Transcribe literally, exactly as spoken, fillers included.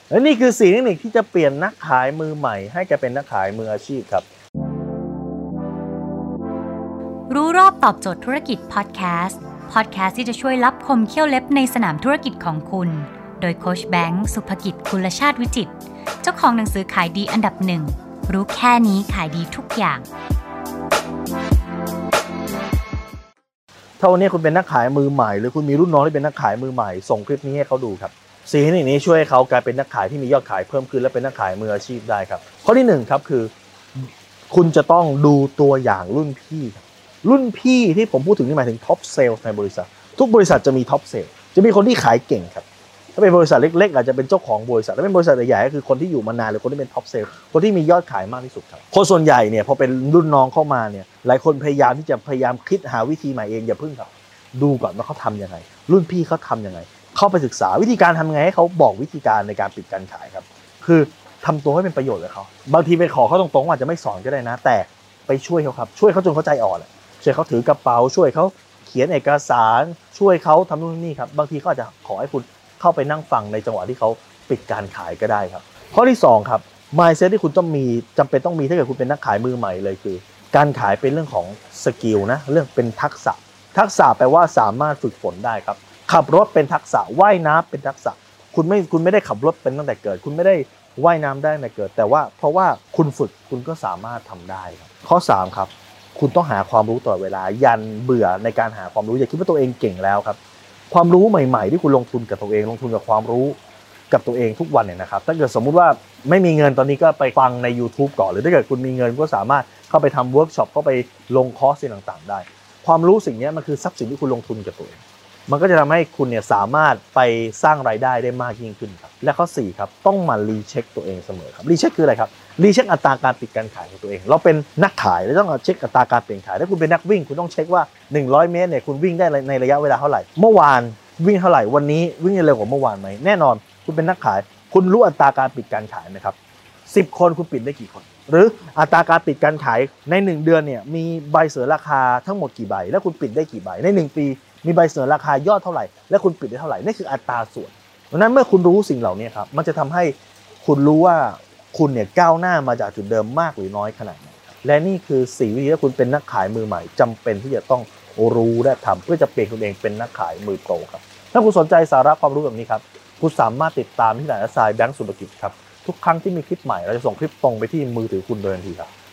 และนี่คือสี่เทคนิคที่จะเปลี่ยนนักขายมือใหม่ให้กลายเป็นนักขายมืออาชีพครับรู้รอบตอบโจทย์ธุรกิจพอดแคสต์พอดแคสต์ที่จะช่วยลับคมเขี้ยวเล็บในสนามธุรกิจของคุณโดยโค้ชแบงค์สุภกิจกุลชาติวิจิตรเจ้าของหนังสือขายดีอันดับหนึ่งรู้แค่นี้ขายดีทุกอย่างถ้าวันนี้คุณเป็นนักขายมือใหม่หรือคุณมีรุ่นน้องที่เป็นนักขายมือใหม่ส่งคลิปนี้ให้เขาดูครับสี่เทคนิคนี้ช่วยให้เขากลายเป็นนักขายที่มียอดขายเพิ่มขึ้นและเป็นนักขายมืออาชีพได้ครับข้อที่หนึ่งครับคือคุณจะต้องดูตัวอย่างรุ่นพี่รุ่นพี่ที่ผมพูดถึงนี่หมายถึงท็อปเซลล์ในบริษัททุกบริษัทจะมีท็อปเซลล์จะมีคนที่ขายเก่งครับถ้าเป็นบริษัทเล็กๆอาจจะเป็นเจ้าของบริษัทถ้าเป็นบริษัทใหญ่ๆก็คือคนที่อยู่มานานหรือคนที่เป็นท็อปเซลล์คนที่มียอดขายมากที่สุดครับคนส่วนใหญ่เนี่ยพอเป็นรุ่นน้องเข้ามาเนี่ยหลายคนพยายามที่จะพยายามคิดหาวิธีใหม่เองอย่าพึ่งครับดูก่อนว่าเขาทำยังไงรุ่นพี่เขาทำยังไงเข้าไปศึกษาวิธีการทำยังไงให้เขาบอกวิธีการในการปิดการขายครับคือทำตัวให้เป็นประโยชน์กับเขาบางทีไปขอเขาตรงๆอาจจะไม่สอนก็ได้นะแต่ไปช่วยเขาครับช่วยเขาจนเขาใจอ่อนช่วยเขาถือกระเป๋าช่วยเขาเขียนเอกสารช่วยเขาทำนู่นนี่ครับบางทีก็อาจจะขอให้คุณเข้าไปนั่งฟังในจังหวะที่เขาปิดการขายก็ได้ครับข้อที่สองครับ mindset ที่คุณต้องมีจำเป็นต้องมีถ้าเกิดคุณเป็นนักขายมือใหม่เลยคือการขายเป็นเรื่องของสกิลนะเรื่องเป็นทักษะทักษะแปลว่าสามารถฝึกฝนได้ครับขับรถเป็นทักษะว่ายน้ำเป็นทักษะคุณไม่คุณไม่ได้ขับรถเป็นตั้งแต่เกิดคุณไม่ได้ว่ายน้ำได้ตั้งแต่เกิดแต่ว่าเพราะว่าคุณฝึกคุณก็สามารถทำได้ครับข้อสามครับคุณต้องหาความรู้ตลอดเวลายันเบื่อในการหาความรู้อย่าคิดว่าตัวเองเก่งแล้วครับความรู้ใหม่ๆที่คุณลงทุนกับตัวเองลงทุนกับความรู้กับตัวเองทุกวันเนี่ยนะครับถ้าเกิดสมมุติว่าไม่มีเงินตอนนี้ก็ไปฟังใน YouTube ก่อนหรือถ้าเกิดคุณมีเงินก็สามารถเข้าไปทำเวิร์กช็อปเข้าไปลงคอร์สต่างๆได้ความรู้สิ่งนี้มันคือทรัพย์สินที่คุณลงทุนกับตัวเองมันก็จะทำให้คุณเนี่ยสามารถไปสร้างรายได้ได้มากยิ่งขึ้นครับและข้อสี่ครับต้องมารีเช็คตัวเองเสมอครับรีเช็คคืออะไรครับรีเช็คอัตราการปิดการขายของตัวเองเราเป็นนักขายเราต้องเช็คอัตราการเปลี่ยนขายถ้าคุณเป็นนักวิ่งคุณต้องเช็คว่าหนึ่งร้อยเมตรเนี่ยคุณวิ่งได้ในระยะเวลาเท่าไหร่เมื่อวานวิ่งเท่าไหร่วันนี้วิ่งเร็วกว่าเมื่อวานไหมแน่นอนคุณเป็นนักขายคุณรู้อัตราการปิดการขายไหมครับสิบคนคุณปิดได้กี่คนหรืออัตราการปิดการขายในหนึ่งเดือนเนี่ยมีใบเสนอราคาทั้งหมดกี่ใบแล้วคุณปิดได้กี่ใบในหนึ่งปีมีใบเสนอราคายอดเท่าไหร่และคุณปิดได้เท่าไหร่นี่คืออัตราส่วนดังนั้นเมื่อคุณรู้สิ่งเหล่านี้ครับมันจะทำให้คุณรู้ว่าคุณเนี่ยก้าวหน้ามาจากจุดเดิมมากหรือน้อยขนาดไหนและนี่คือสี่วิธีที่คุณเป็นนักขายมือใหม่จำเป็นที่จะต้องรู้และทำเพื่อจะเปลี่ยนตัวเองเป็นนักขายมือโปรครับถ้าคุณสนใจสาระความรู้แบบนี้ครับคุณสามารถติดตามที่ไหนนะทรายแบงค์สุภกิจครับทุกครั้งที่มีคลิปใหม่เราจะส่งคลิปตรงไปที่มือถือคุณโดยทันทีครับ